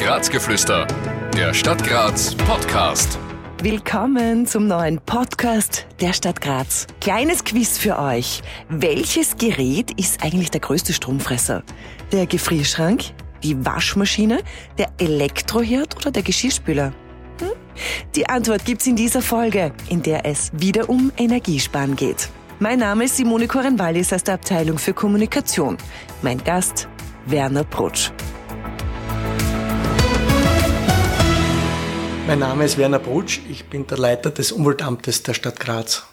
Grazgeflüster, der Stadt Graz Podcast. Willkommen zum neuen Podcast der Stadt Graz. Kleines Quiz für euch. Welches Gerät ist eigentlich der größte Stromfresser? Der Gefrierschrank, die Waschmaschine, der Elektroherd oder der Geschirrspüler? Die Antwort gibt's in dieser Folge, in der es wieder um Energiesparen geht. Mein Name ist Simone Korenwallis aus der Abteilung für Kommunikation. Mein Gast, Werner Brutsch. Mein Name ist Werner Brutsch, ich bin der Leiter des Umweltamtes der Stadt Graz.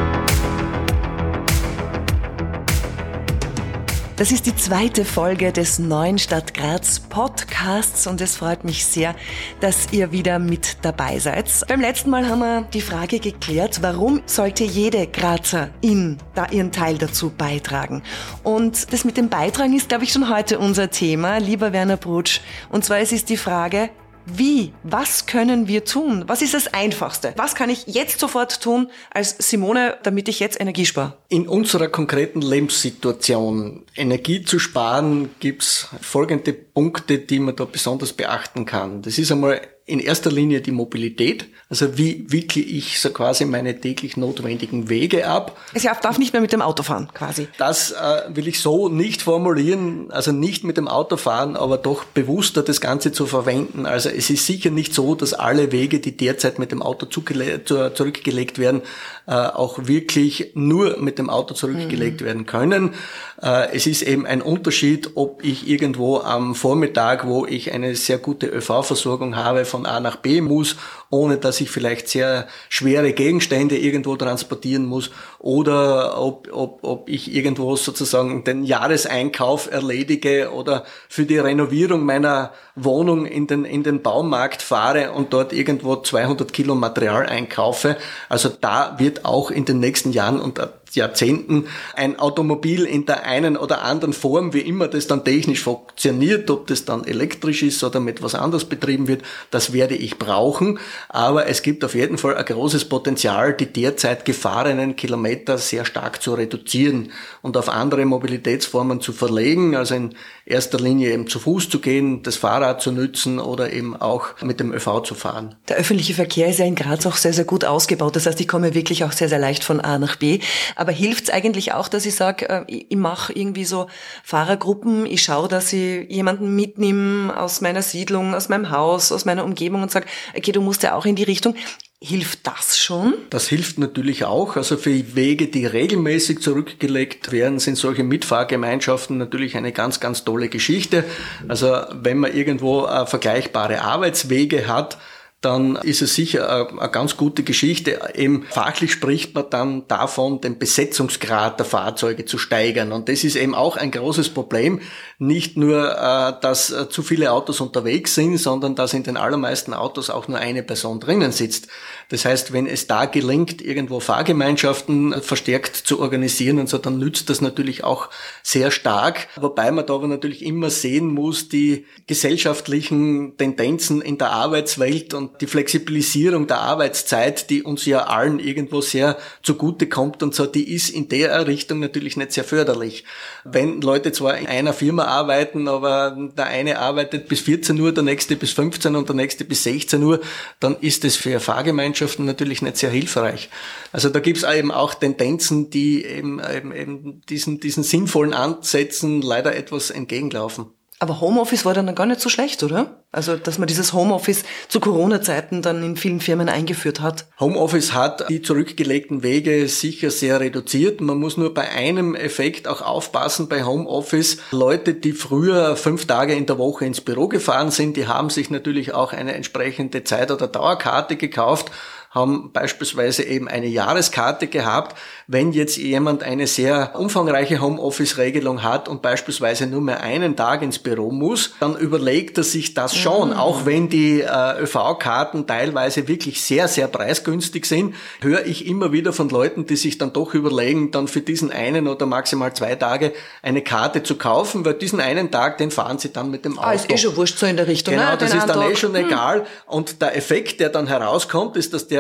Das ist die zweite Folge des neuen Stadt Graz Podcasts und es freut mich sehr, dass ihr wieder mit dabei seid. Beim letzten Mal haben wir die Frage geklärt, warum sollte jede Grazerin da ihren Teil dazu beitragen? Und das mit dem Beitragen ist, glaube ich, schon heute unser Thema, lieber Werner Brutsch. Und zwar es ist die Frage, wie? Was können wir tun? Was ist das Einfachste? Was kann ich jetzt sofort tun als Simone, damit ich jetzt Energie spare? In unserer konkreten Lebenssituation Energie zu sparen, gibt's folgende Punkte, die man da besonders beachten kann. Das ist einmal in erster Linie die Mobilität. Also wie wickle ich so quasi meine täglich notwendigen Wege ab? Ich darf nicht mehr mit dem Auto fahren, quasi. Das will ich so nicht formulieren, also nicht mit dem Auto fahren, aber doch bewusster das Ganze zu verwenden. Also es ist sicher nicht so, dass alle Wege, die derzeit mit dem Auto zurückgelegt werden, auch wirklich nur mit dem Auto zurückgelegt werden können. Es ist eben ein Unterschied, ob ich irgendwo am Vormittag, wo ich eine sehr gute ÖV-Versorgung habe, von A nach B muss, ohne dass ich vielleicht sehr schwere Gegenstände irgendwo transportieren muss, oder ob ich irgendwo sozusagen den Jahreseinkauf erledige oder für die Renovierung meiner Wohnung in den Baumarkt fahre und dort irgendwo 200 Kilo Material einkaufe. Also da wird auch in den nächsten Jahren und Jahrzehnten ein Automobil in der einen oder anderen Form, wie immer das dann technisch funktioniert, ob das dann elektrisch ist oder mit was anderes betrieben wird, das werde ich brauchen. Aber es gibt auf jeden Fall ein großes Potenzial, die derzeit gefahrenen Kilometer sehr stark zu reduzieren und auf andere Mobilitätsformen zu verlegen, also in erster Linie eben zu Fuß zu gehen, das Fahrrad zu nützen oder eben auch mit dem ÖV zu fahren. Der öffentliche Verkehr ist ja in Graz auch sehr, sehr gut ausgebaut. Das heißt, ich komme wirklich auch sehr, sehr leicht von A nach B. Aber hilft es eigentlich auch, dass ich sage, ich mache irgendwie so Fahrergruppen, ich schaue, dass ich jemanden mitnehme aus meiner Siedlung, aus meinem Haus, aus meiner Umgebung und sage, okay, du musst ja auch in die Richtung. Hilft das schon? Das hilft natürlich auch. Also für Wege, die regelmäßig zurückgelegt werden, sind solche Mitfahrgemeinschaften natürlich eine ganz, ganz tolle Geschichte. Also wenn man irgendwo vergleichbare Arbeitswege hat, dann ist es sicher eine ganz gute Geschichte. Eben fachlich spricht man dann davon, den Besetzungsgrad der Fahrzeuge zu steigern. Und das ist eben auch ein großes Problem. Nicht nur, dass zu viele Autos unterwegs sind, sondern dass in den allermeisten Autos auch nur eine Person drinnen sitzt. Das heißt, wenn es da gelingt, irgendwo Fahrgemeinschaften verstärkt zu organisieren und so, dann nützt das natürlich auch sehr stark. Wobei man da aber natürlich immer sehen muss, die gesellschaftlichen Tendenzen in der Arbeitswelt und die Flexibilisierung der Arbeitszeit, die uns ja allen irgendwo sehr zugute kommt und so, die ist in der Richtung natürlich nicht sehr förderlich. Wenn Leute zwar in einer Firma arbeiten, aber der eine arbeitet bis 14 Uhr, der nächste bis 15 und der nächste bis 16 Uhr, dann ist das für Fahrgemeinschaften natürlich nicht sehr hilfreich. Also da gibt's eben auch Tendenzen, die eben diesen sinnvollen Ansätzen leider etwas entgegenlaufen. Aber Homeoffice war dann gar nicht so schlecht, oder? Also, dass man dieses Homeoffice zu Corona-Zeiten dann in vielen Firmen eingeführt hat. Homeoffice hat die zurückgelegten Wege sicher sehr reduziert. Man muss nur bei einem Effekt auch aufpassen bei Homeoffice. Leute, die früher 5 Tage in der Woche ins Büro gefahren sind, die haben sich natürlich auch eine entsprechende Zeit- oder Dauerkarte gekauft, haben beispielsweise eben eine Jahreskarte gehabt. Wenn jetzt jemand eine sehr umfangreiche Homeoffice-Regelung hat und beispielsweise nur mehr einen Tag ins Büro muss, dann überlegt er sich das schon, auch wenn die ÖV-Karten teilweise wirklich sehr, sehr preisgünstig sind, höre ich immer wieder von Leuten, die sich dann doch überlegen, dann für diesen einen oder maximal 2 Tage eine Karte zu kaufen, weil diesen einen Tag, den fahren sie dann mit dem Auto. Ist eh schon wurscht so in der Richtung. Genau, ne? das ist dann eh schon egal. Und der Effekt, der dann herauskommt, ist, dass der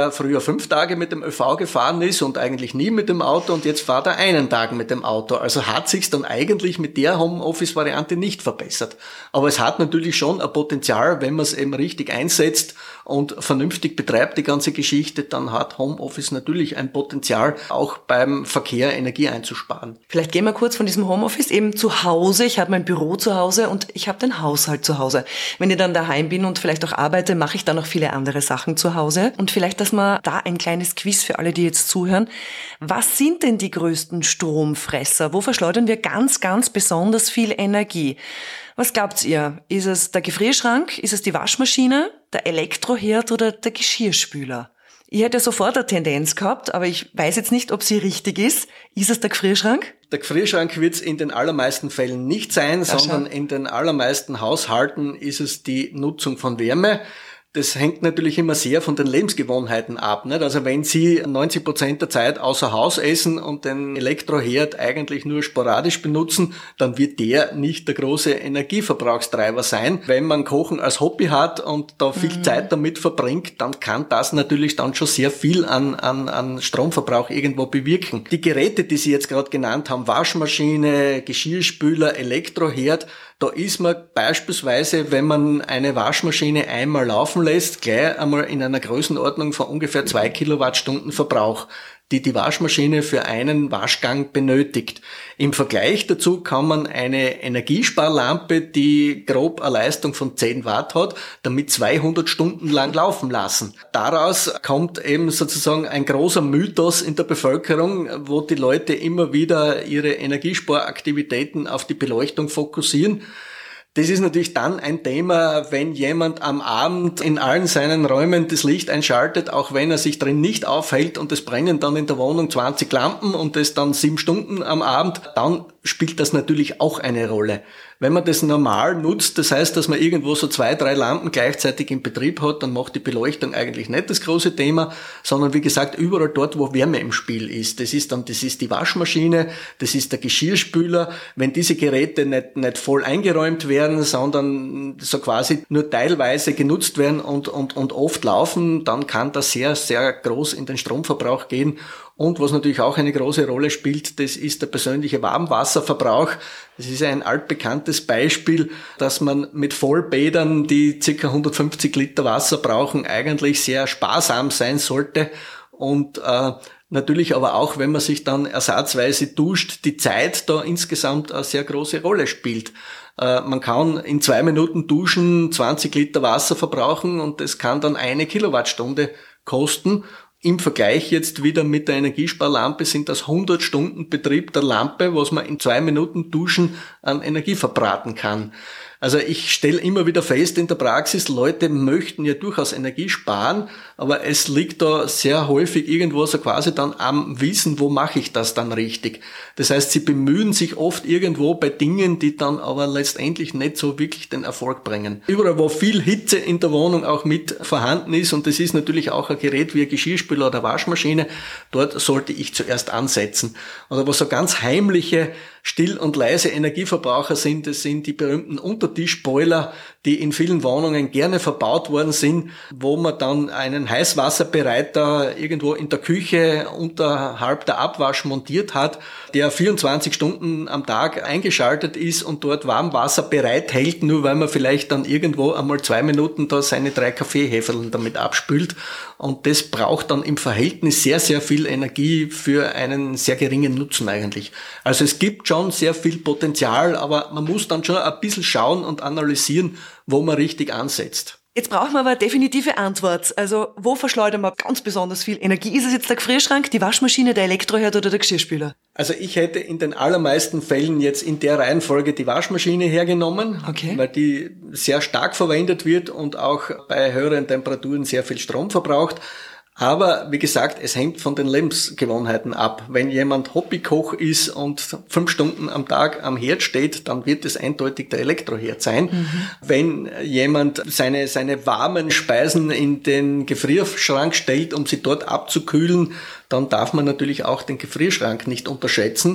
der früher 5 Tage mit dem ÖV gefahren ist und eigentlich nie mit dem Auto und jetzt fährt er einen Tag mit dem Auto. Also hat sich's dann eigentlich mit der Homeoffice-Variante nicht verbessert. Aber es hat natürlich schon ein Potenzial, wenn man es eben richtig einsetzt und vernünftig betreibt, die ganze Geschichte, dann hat Homeoffice natürlich ein Potenzial, auch beim Verkehr Energie einzusparen. Vielleicht gehen wir kurz von diesem Homeoffice eben zu Hause. Ich habe mein Büro zu Hause und ich habe den Haushalt zu Hause. Wenn ich dann daheim bin und vielleicht auch arbeite, mache ich dann noch viele andere Sachen zu Hause. Und vielleicht, dass wir da ein kleines Quiz für alle, die jetzt zuhören. Was sind denn die größten Stromfresser? Wo verschleudern wir ganz, ganz besonders viel Energie? Was glaubt ihr? Ist es der Gefrierschrank? Ist es die Waschmaschine? Der Elektroherd oder der Geschirrspüler? Ich hätte sofort eine Tendenz gehabt, aber ich weiß jetzt nicht, ob sie richtig ist. Ist es der Gefrierschrank? Der Gefrierschrank wird es in den allermeisten Fällen nicht sein, sondern in den allermeisten Haushalten ist es die Nutzung von Wärme. Das hängt natürlich immer sehr von den Lebensgewohnheiten ab, nicht? Also wenn Sie 90% der Zeit außer Haus essen und den Elektroherd eigentlich nur sporadisch benutzen, dann wird der nicht der große Energieverbrauchstreiber sein. Wenn man Kochen als Hobby hat und da viel Zeit damit verbringt, dann kann das natürlich dann schon sehr viel an Stromverbrauch irgendwo bewirken. Die Geräte, die Sie jetzt gerade genannt haben, Waschmaschine, Geschirrspüler, Elektroherd, da ist man beispielsweise, wenn man eine Waschmaschine einmal laufen lässt, gleich einmal in einer Größenordnung von ungefähr 2 Kilowattstunden Verbrauch, die Waschmaschine für einen Waschgang benötigt. Im Vergleich dazu kann man eine Energiesparlampe, die grob eine Leistung von 10 Watt hat, damit 200 Stunden lang laufen lassen. Daraus kommt eben sozusagen ein großer Mythos in der Bevölkerung, wo die Leute immer wieder ihre Energiesparaktivitäten auf die Beleuchtung fokussieren. Das ist natürlich dann ein Thema, wenn jemand am Abend in allen seinen Räumen das Licht einschaltet, auch wenn er sich drin nicht aufhält und es brennen dann in der Wohnung 20 Lampen und das dann 7 Stunden am Abend, dann spielt das natürlich auch eine Rolle. Wenn man das normal nutzt, das heißt, dass man irgendwo so 2, 3 Lampen gleichzeitig in Betrieb hat, dann macht die Beleuchtung eigentlich nicht das große Thema, sondern wie gesagt, überall dort, wo Wärme im Spiel ist. Das ist die Waschmaschine, das ist der Geschirrspüler. Wenn diese Geräte nicht voll eingeräumt werden, sondern so quasi nur teilweise genutzt werden und oft laufen, dann kann das sehr, sehr groß in den Stromverbrauch gehen. Und was natürlich auch eine große Rolle spielt, das ist der persönliche Warmwasserverbrauch. Das ist ein altbekanntes Beispiel, dass man mit Vollbädern, die ca. 150 Liter Wasser brauchen, eigentlich sehr sparsam sein sollte. Und natürlich aber auch, wenn man sich dann ersatzweise duscht, die Zeit da insgesamt eine sehr große Rolle spielt. Man kann in 2 Minuten duschen 20 Liter Wasser verbrauchen und das kann dann 1 Kilowattstunde kosten. Im Vergleich jetzt wieder mit der Energiesparlampe sind das 100 Stunden Betrieb der Lampe, was man in 2 Minuten Duschen an Energie verbraten kann. Also ich stelle immer wieder fest in der Praxis, Leute möchten ja durchaus Energie sparen, aber es liegt da sehr häufig irgendwo so quasi dann am Wissen, wo mache ich das dann richtig. Das heißt, sie bemühen sich oft irgendwo bei Dingen, die dann aber letztendlich nicht so wirklich den Erfolg bringen. Überall, wo viel Hitze in der Wohnung auch mit vorhanden ist, und das ist natürlich auch ein Gerät wie ein Geschirrspüler oder Waschmaschine, dort sollte ich zuerst ansetzen. Oder was so ganz heimliche, still und leise Energieverbraucher sind, das sind die berühmten Untertischboiler, die in vielen Wohnungen gerne verbaut worden sind, wo man dann einen Heißwasserbereiter irgendwo in der Küche unterhalb der Abwasch montiert hat, der 24 Stunden am Tag eingeschaltet ist und dort Warmwasser bereithält, nur weil man vielleicht dann irgendwo einmal 2 Minuten da seine 3 Kaffeeheferln damit abspült. Und das braucht dann im Verhältnis sehr, sehr viel Energie für einen sehr geringen Nutzen eigentlich. Also es gibt schon sehr viel Potenzial, aber man muss dann schon ein bisschen schauen und analysieren, wo man richtig ansetzt. Jetzt brauchen wir aber eine definitive Antwort. Also, wo verschleudern wir ganz besonders viel Energie? Ist es jetzt der Gefrierschrank, die Waschmaschine, der Elektroherd oder der Geschirrspüler? Also ich hätte in den allermeisten Fällen jetzt in der Reihenfolge die Waschmaschine hergenommen, okay, weil die sehr stark verwendet wird und auch bei höheren Temperaturen sehr viel Strom verbraucht. Aber wie gesagt, es hängt von den Lebensgewohnheiten ab. Wenn jemand Hobbykoch ist und 5 Stunden am Tag am Herd steht, dann wird es eindeutig der Elektroherd sein. Mhm. Wenn jemand seine warmen Speisen in den Gefrierschrank stellt, um sie dort abzukühlen, dann darf man natürlich auch den Gefrierschrank nicht unterschätzen.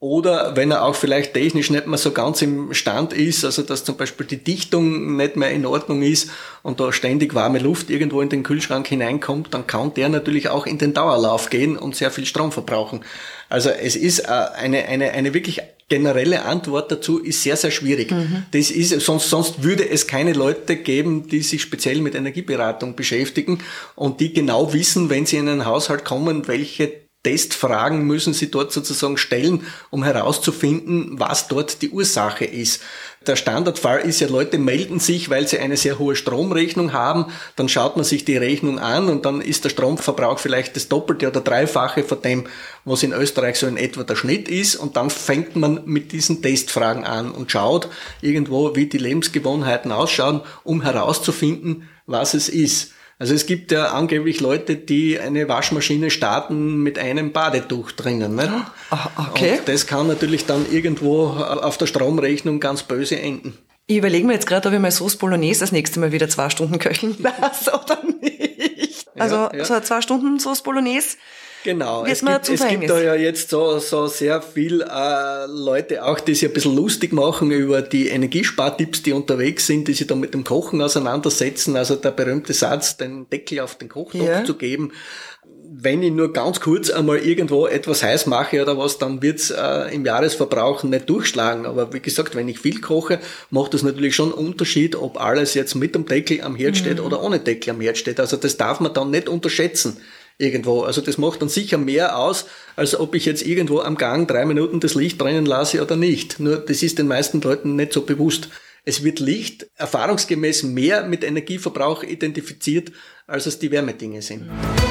Oder wenn er auch vielleicht technisch nicht mehr so ganz im Stand ist, also dass zum Beispiel die Dichtung nicht mehr in Ordnung ist und da ständig warme Luft irgendwo in den Kühlschrank hineinkommt, dann kann der natürlich auch in den Dauerlauf gehen und sehr viel Strom verbrauchen. Also es ist eine wirklich generelle Antwort dazu ist sehr, sehr schwierig. Das ist, sonst würde es keine Leute geben, die sich speziell mit Energieberatung beschäftigen und die genau wissen, wenn sie in einen Haushalt kommen, welche Testfragen müssen Sie dort sozusagen stellen, um herauszufinden, was dort die Ursache ist. Der Standardfall ist ja, Leute melden sich, weil sie eine sehr hohe Stromrechnung haben, dann schaut man sich die Rechnung an und dann ist der Stromverbrauch vielleicht das Doppelte oder Dreifache von dem, was in Österreich so in etwa der Schnitt ist, und dann fängt man mit diesen Testfragen an und schaut irgendwo, wie die Lebensgewohnheiten ausschauen, um herauszufinden, was es ist. Also es gibt ja angeblich Leute, die eine Waschmaschine starten mit einem Badetuch drinnen. Nicht? Okay. Und das kann natürlich dann irgendwo auf der Stromrechnung ganz böse enden. Ich überlege mir jetzt gerade, ob ich mal Sauce Bolognese das nächste Mal wieder 2 Stunden köcheln lasse oder nicht. Also so 2 Stunden Sauce Bolognese. Genau, es gibt da ja jetzt so sehr viel Leute auch, die sich ein bisschen lustig machen über die Energiespartipps, die unterwegs sind, die sich da mit dem Kochen auseinandersetzen. Also der berühmte Satz, den Deckel auf den Kochtopf zu geben. Wenn ich nur ganz kurz einmal irgendwo etwas heiß mache oder was, dann wird's im Jahresverbrauch nicht durchschlagen. Aber wie gesagt, wenn ich viel koche, macht das natürlich schon einen Unterschied, ob alles jetzt mit dem Deckel am Herd steht oder ohne Deckel am Herd steht. Also das darf man dann nicht unterschätzen. Irgendwo. Also das macht dann sicher mehr aus, als ob ich jetzt irgendwo am Gang 3 Minuten das Licht brennen lasse oder nicht. Nur das ist den meisten Leuten nicht so bewusst. Es wird Licht erfahrungsgemäß mehr mit Energieverbrauch identifiziert, als es die Wärmedinge sind.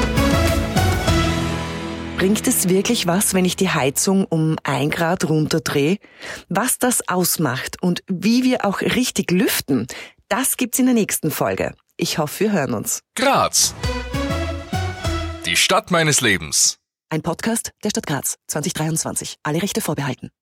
Bringt es wirklich was, wenn ich die Heizung um 1 Grad runterdrehe? Was das ausmacht und wie wir auch richtig lüften, das gibt's in der nächsten Folge. Ich hoffe, wir hören uns. Graz. Die Stadt meines Lebens. Ein Podcast der Stadt Graz 2023. Alle Rechte vorbehalten.